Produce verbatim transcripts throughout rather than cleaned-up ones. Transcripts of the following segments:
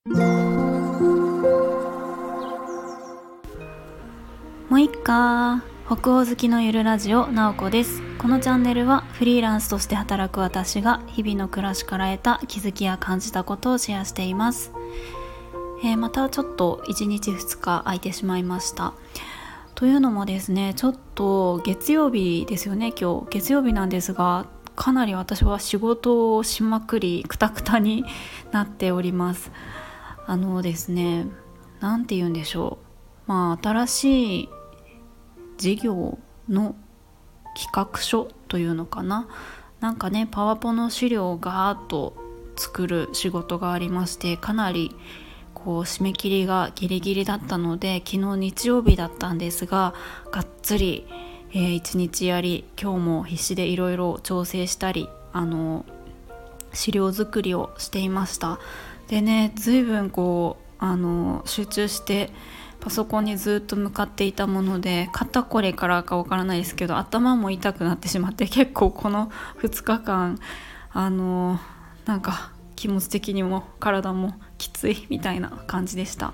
もういっか北欧好きのゆるラジオなおこです。このチャンネルはフリーランスとして働く私が日々の暮らしから得た気づきや感じたことをシェアしています。えー、またちょっといちにちふつか空いてしまいました。というのもですね、ちょっと月曜日ですよね。今日月曜日なんですが、かなり私は仕事をしまくりクタクタになっております。あのですね、なんて言うんでしょう、まあ新しい事業の企画書というのかな、なんかね、パワポの資料をガーッと作る仕事がありまして、かなりこう締め切りがギリギリだったので、昨日日曜日だったんですが、がっつり、えー、一日やり、今日も必死でいろいろ調整したり、あの資料作りをしていました。でね、ずいぶんこうあの集中してパソコンにずっと向かっていたもので、肩こりからかわからないですけど、頭も痛くなってしまって、結構このふつかかんあのなんか気持ち的にも体もきついみたいな感じでした。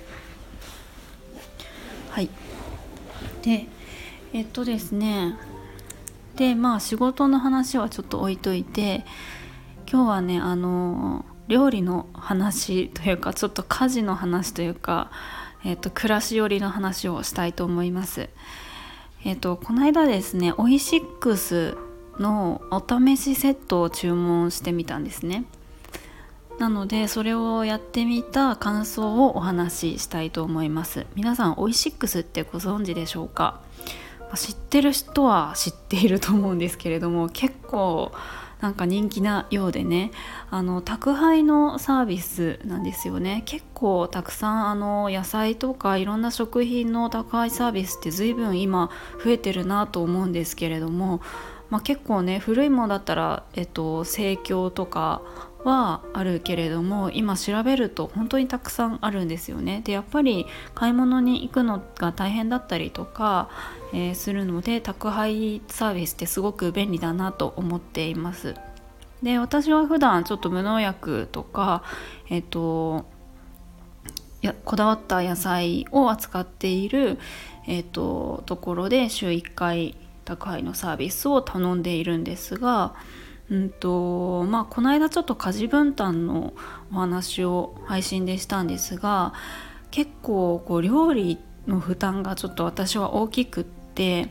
はい。でえっとですねでまあ仕事の話はちょっと置いといて、今日はね、あの料理の話というか、ちょっと家事の話というか、えっと、暮らし寄りの話をしたいと思います。えっと、この間ですね、オイシックスのお試しセットを注文してみたんですね。なのでそれをやってみた感想をお話ししたいと思います。皆さんオイシックスってご存知でしょうか？知ってる人は知っていると思うんですけれども、結構なんか人気なようでね、あの宅配のサービスなんですよね。結構たくさんあの野菜とかいろんな食品の宅配サービスって随分今増えてるなと思うんですけれども、まあ、結構ね、古いものだったら、えっと、生協とかはあるけれども、今調べると本当にたくさんあるんですよね。でやっぱり買い物に行くのが大変だったりとか、えー、するので、宅配サービスってすごく便利だなと思っています。で私は普段ちょっと無農薬とか、えっとやこだわった野菜を扱っている、えっと、ところで週いっかい宅配のサービスを頼んでいるんですが、うんとまあ、この間ちょっと家事分担のお話を配信でしたんですが、結構こう料理の負担がちょっと私は大きくって、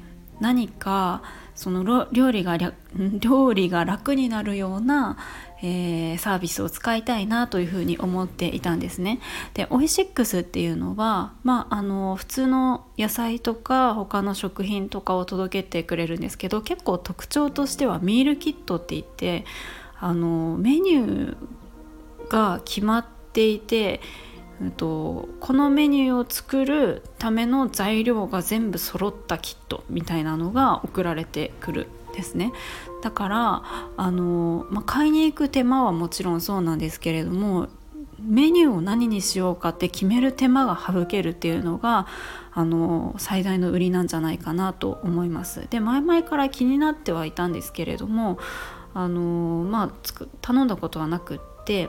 何かその料理が料理が楽になるような、えー、サービスを使いたいなというふうに思っていたんですね。でオイシックスっていうのは、まあ、あの普通の野菜とか他の食品とかを届けてくれるんですけど、結構特徴としてはミールキットって言って、あのメニューが決まっていて、えっと、このメニューを作るための材料が全部揃ったキットみたいなのが送られてくるんですね。だからあの、まあ、買いに行く手間はもちろんそうなんですけれども、メニューを何にしようかって決める手間が省けるっていうのがあの最大の売りなんじゃないかなと思います。で前々から気になってはいたんですけれども、あの、まあ、頼んだことはなくって、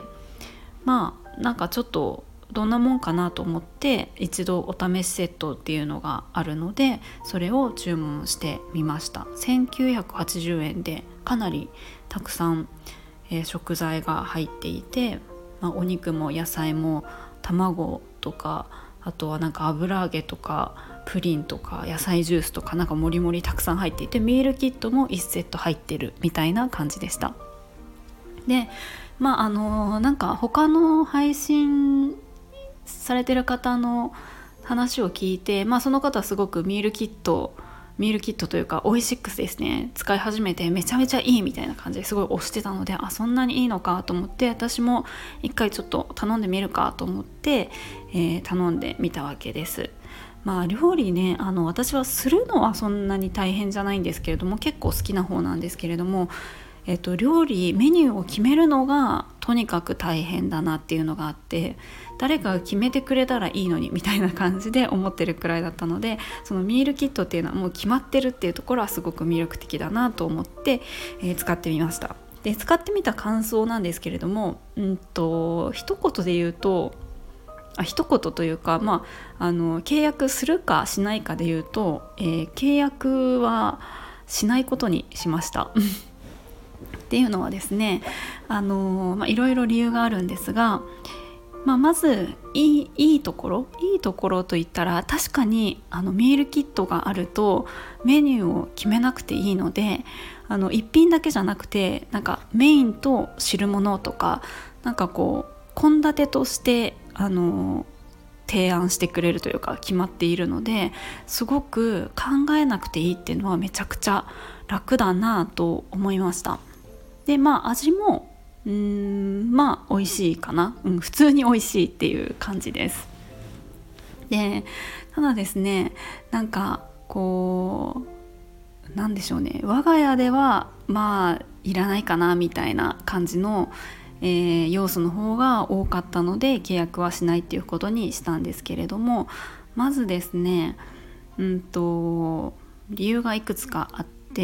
まあなんかちょっとどんなもんかなと思って一度お試しセットっていうのがあるので、それを注文してみました。せんきゅうひゃくはちじゅうえんでかなりたくさん、えー、食材が入っていて、まあ、お肉も野菜も卵とか、あとはなんか油揚げとかプリンとか野菜ジュースとか、なんかもりもりたくさん入っていて、ミールキットもいちセット入ってるみたいな感じでした。でまああのなんか他の配信されてる方の話を聞いて、まあ、その方はすごくミールキットミールキットというかオイシックスですね、使い始めてめちゃめちゃいいみたいな感じですごい推してたので、あそんなにいいのかと思って、私も一回ちょっと頼んでみるかと思って、えー、頼んでみたわけです。まあ料理ね、あの私はするのはそんなに大変じゃないんですけれども、結構好きな方なんですけれども、えっと、料理メニューを決めるのがとにかく大変だなっていうのがあって、誰かが決めてくれたらいいのにみたいな感じで思ってるくらいだったので、そのミールキットっていうのはもう決まってるっていうところはすごく魅力的だなと思って、えー、使ってみました。 で使ってみた感想なんですけれども、うんと一言で言うとあ一言というか、まあ、あの契約するかしないかで言うと、えー、契約はしないことにしましたっていうのはですね、あの、まあ、いろいろ理由があるんですが、まあ、まずいい、いいところいいところといったら、確かにあのミールキットがあるとメニューを決めなくていいので、あの一品だけじゃなくてなんかメインと汁物とかなんかこう献立としてあの提案してくれるというか決まっているので、すごく考えなくていいっていうのはめちゃくちゃ楽だなと思いました。でまあ味もうーんまあ美味しいかな、うん、普通に美味しいっていう感じです。でただですね、なんかこうなんでしょうね、我が家ではまあいらないかなみたいな感じの、えー、要素の方が多かったので契約はしないっていうことにしたんですけれども、まずですね、うんと理由がいくつかあって、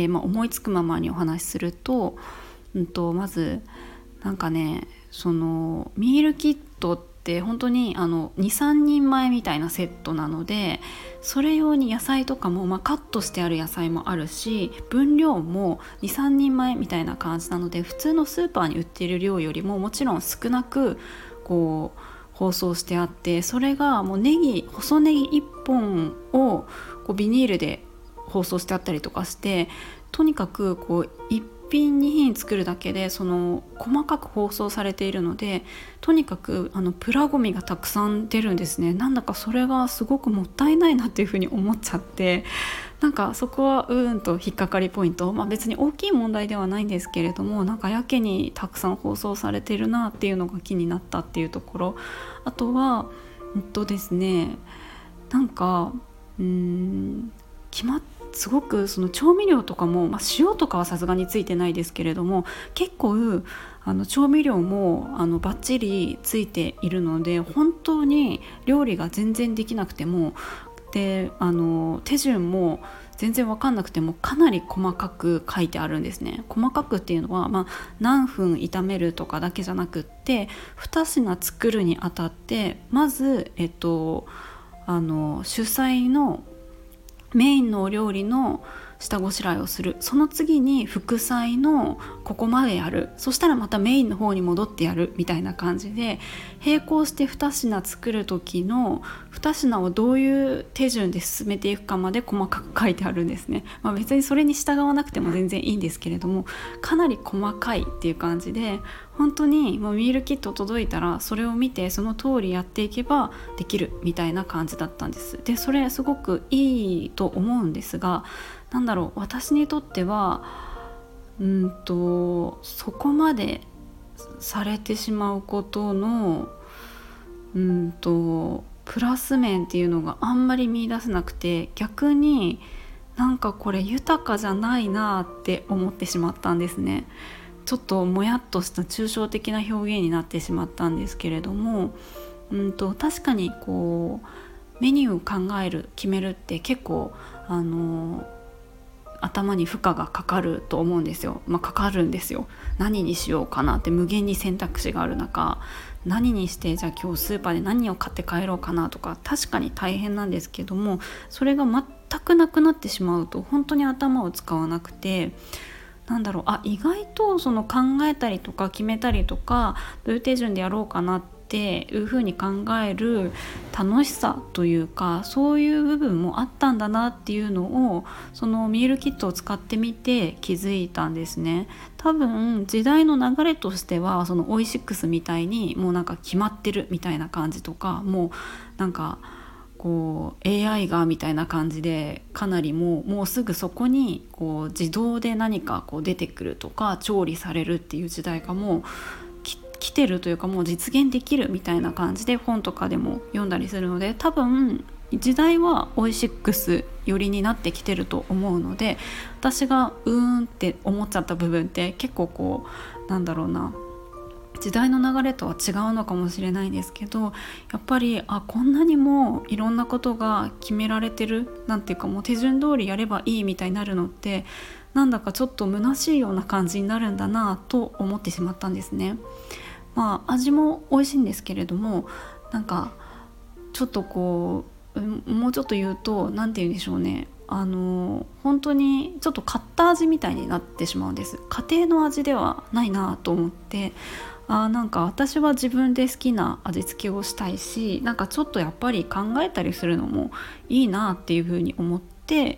まあ、思いつくままにお話しすると、うんとまずなんかね、そのミールキットって本当にあの にさんにんまえみたいなセットなので、それ用に野菜とかも、まあ、カットしてある野菜もあるし、分量も にさんにんまえみたいな感じなので、普通のスーパーに売っている量よりももちろん少なくこう包装してあって、それがもうネギ細ネギいっぽんをこうビニールで包装してあったりとかして、とにかくこういっぴんにひん作るだけでその細かく包装されているので、とにかくあのプラゴミがたくさん出るんですね。なんだかそれがすごくもったいないなっていうふうに思っちゃって、なんかそこはうーんと引っかかりポイント、まあ、別に大きい問題ではないんですけれども、なんかやけにたくさん包装されてるなっていうのが気になったっていうところ。あとはえっとですねなんかうーん決まっすごくその調味料とかも、まあ、塩とかはさすがについてないですけれども、結構あの調味料もあのバッチリついているので、本当に料理が全然できなくてもであの手順も全然分かんなくてもかなり細かく書いてあるんですね。細かくっていうのは、まあ、何分炒めるとかだけじゃなくって、に品作るにあたってまず、えっと、あの主菜のメインのお料理の下ごしらえをする、その次に副菜のここまでやる、そしたらまたメインの方に戻ってやるみたいな感じで、並行してに品作る時のに品をどういう手順で進めていくかまで細かく書いてあるんですね。まあ、別にそれに従わなくても全然いいんですけれども、かなり細かいっていう感じで、本当にもうミールキット届いたらそれを見てその通りやっていけばできるみたいな感じだったんです。でそれすごくいいと思うんですが、なんだろう、私にとってはうんとそこまでされてしまうことのうんとプラス面っていうのがあんまり見出せなくて、逆になんかこれ豊かじゃないなって思ってしまったんですね。ちょっともやっとした抽象的な表現になってしまったんですけれども、うんと確かにこうメニューを考える決めるって結構あの頭に負荷がかかると思うんですよ。まあ、かかるんですよ。何にしようかなって無限に選択肢がある中、何にしてじゃあ今日スーパーで何を買って帰ろうかなとか、確かに大変なんですけども、それが全くなくなってしまうと本当に頭を使わなくて、なんだろう、あ意外とその考えたりとか決めたりとかどういう手順でやろうかなっていう風に考える楽しさというか、そういう部分もあったんだなっていうのをそのミールキットを使ってみて気づいたんですね。多分時代の流れとしてはそのオイシックスみたいにもうなんか決まってるみたいな感じとか、もうなんかこう エーアイ がみたいな感じで、かなりもう、もうすぐそこにこう自動で何かこう出てくるとか調理されるっていう時代がもう来てるというか、もう実現できるみたいな感じで本とかでも読んだりするので、多分時代はオイシックス寄りになってきてると思うので、私がうーんって思っちゃった部分って結構こうなんだろうな、 時代の流れとは違うのかもしれないですけど、やっぱりあこんなにもいろんなことが決められてる、なんていうかもう手順通りやればいいみたいになるのって、なんだかちょっと虚しいような感じになるんだなと思ってしまったんですね。まあ味も美味しいんですけれども、なんかちょっとこうもうちょっと言うと、なんて言うんでしょうね、あの本当にちょっと買った味みたいになってしまうんです。家庭の味ではないなと思って、あなんか私は自分で好きな味付けをしたいし、なんかちょっとやっぱり考えたりするのもいいなっていうふうに思って、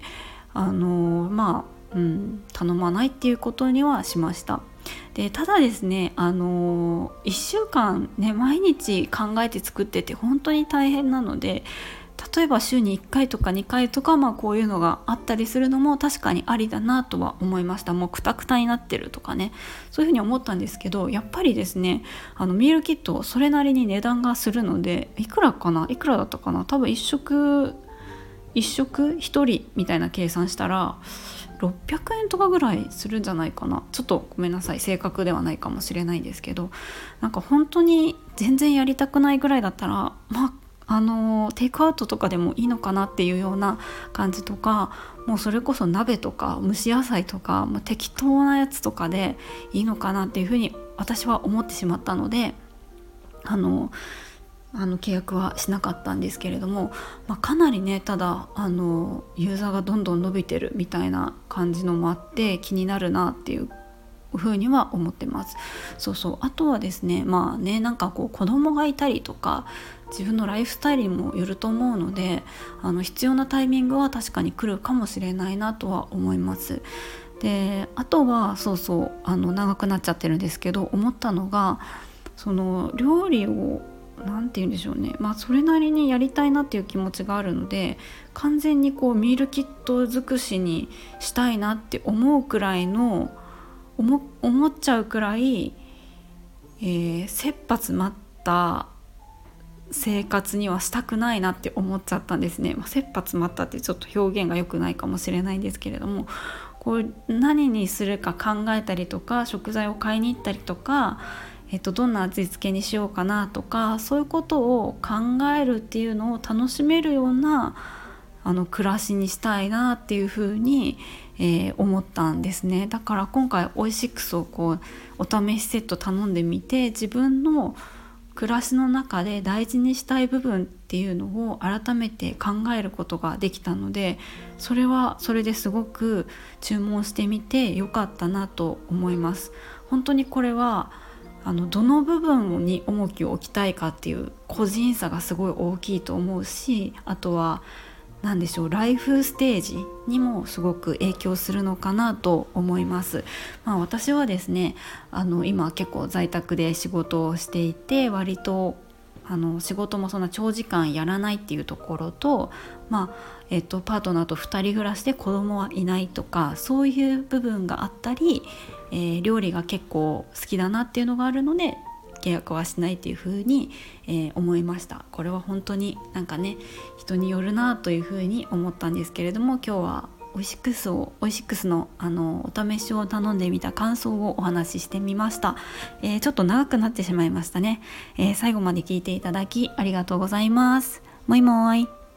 あのまあ、うん、頼まないっていうことにはしました。でただですね、あのいっしゅうかんね毎日考えて作ってて本当に大変なので、例えば週にいっかいとかにかいとか、まあ、こういうのがあったりするのも確かにありだなとは思いました。もうクタクタになってるとかね、そういうふうに思ったんですけど、やっぱりですね、あのミールキットそれなりに値段がするので、いくらかないくらだったかな、多分一食一食ひとりみたいな計算したらろっぴゃくえんとかぐらいするんじゃないかな。ちょっとごめんなさい、正確ではないかもしれないんですけど、なんか本当に全然やりたくないぐらいだったら、まああのテイクアウトとかでもいいのかなっていうような感じとか、もうそれこそ鍋とか蒸し野菜とか、まあ、適当なやつとかでいいのかなっていうふうに私は思ってしまったので、あのあの契約はしなかったんですけれども、まあ、かなりね、ただあのユーザーがどんどん伸びてるみたいな感じのもあって気になるなっていうふうには思ってます。そうそう、あとはですね、まあね、なんかこう子供がいたりとか自分のライフスタイルにもよると思うので、あの必要なタイミングは確かに来るかもしれないなとは思います。であとはそうそうあの長くなっちゃってるんですけど、思ったのが、その料理をなんて言うんでしょうね、まあそれなりにやりたいなっていう気持ちがあるので、完全にこうミールキット尽くしにしたいなって思うくらいの思, 思っちゃうくらい、えー、切羽詰まった生活にはしたくないなって思っちゃったんですね。まあ、切羽詰まったってちょっと表現が良くないかもしれないんですけれども、こう何にするか考えたりとか、食材を買いに行ったりとか、えっと、どんな味付けにしようかなとか、そういうことを考えるっていうのを楽しめるようなあの暮らしにしたいなっていうふうに、えー、思ったんですね。だから今回オイシックスをこうお試しセット頼んでみて、自分の暮らしの中で大事にしたい部分っていうのを改めて考えることができたので、それはそれですごく注文してみてよかったなと思います。本当にこれはあのどの部分に重きを置きたいかっていう個人差がすごい大きいと思うし、あとは何でしょう、ライフステージにもすごく影響するのかなと思います。まあ、私はですね、あの今結構在宅で仕事をしていて、割とあの仕事もそんな長時間やらないっていうところと、まあえっと、パートナーとふたり暮らしで子供はいないとか、そういう部分があったり、えー、料理が結構好きだなっていうのがあるので契約はしないっていうふうに、えー、思いました。これは本当になんかね、人によるなというふうに思ったんですけれども、今日はオイシックスをオイシックスの、あのお試しを頼んでみた感想をお話ししてみました。えー、ちょっと長くなってしまいましたね。えー、最後まで聞いていただきありがとうございます。もいもーい。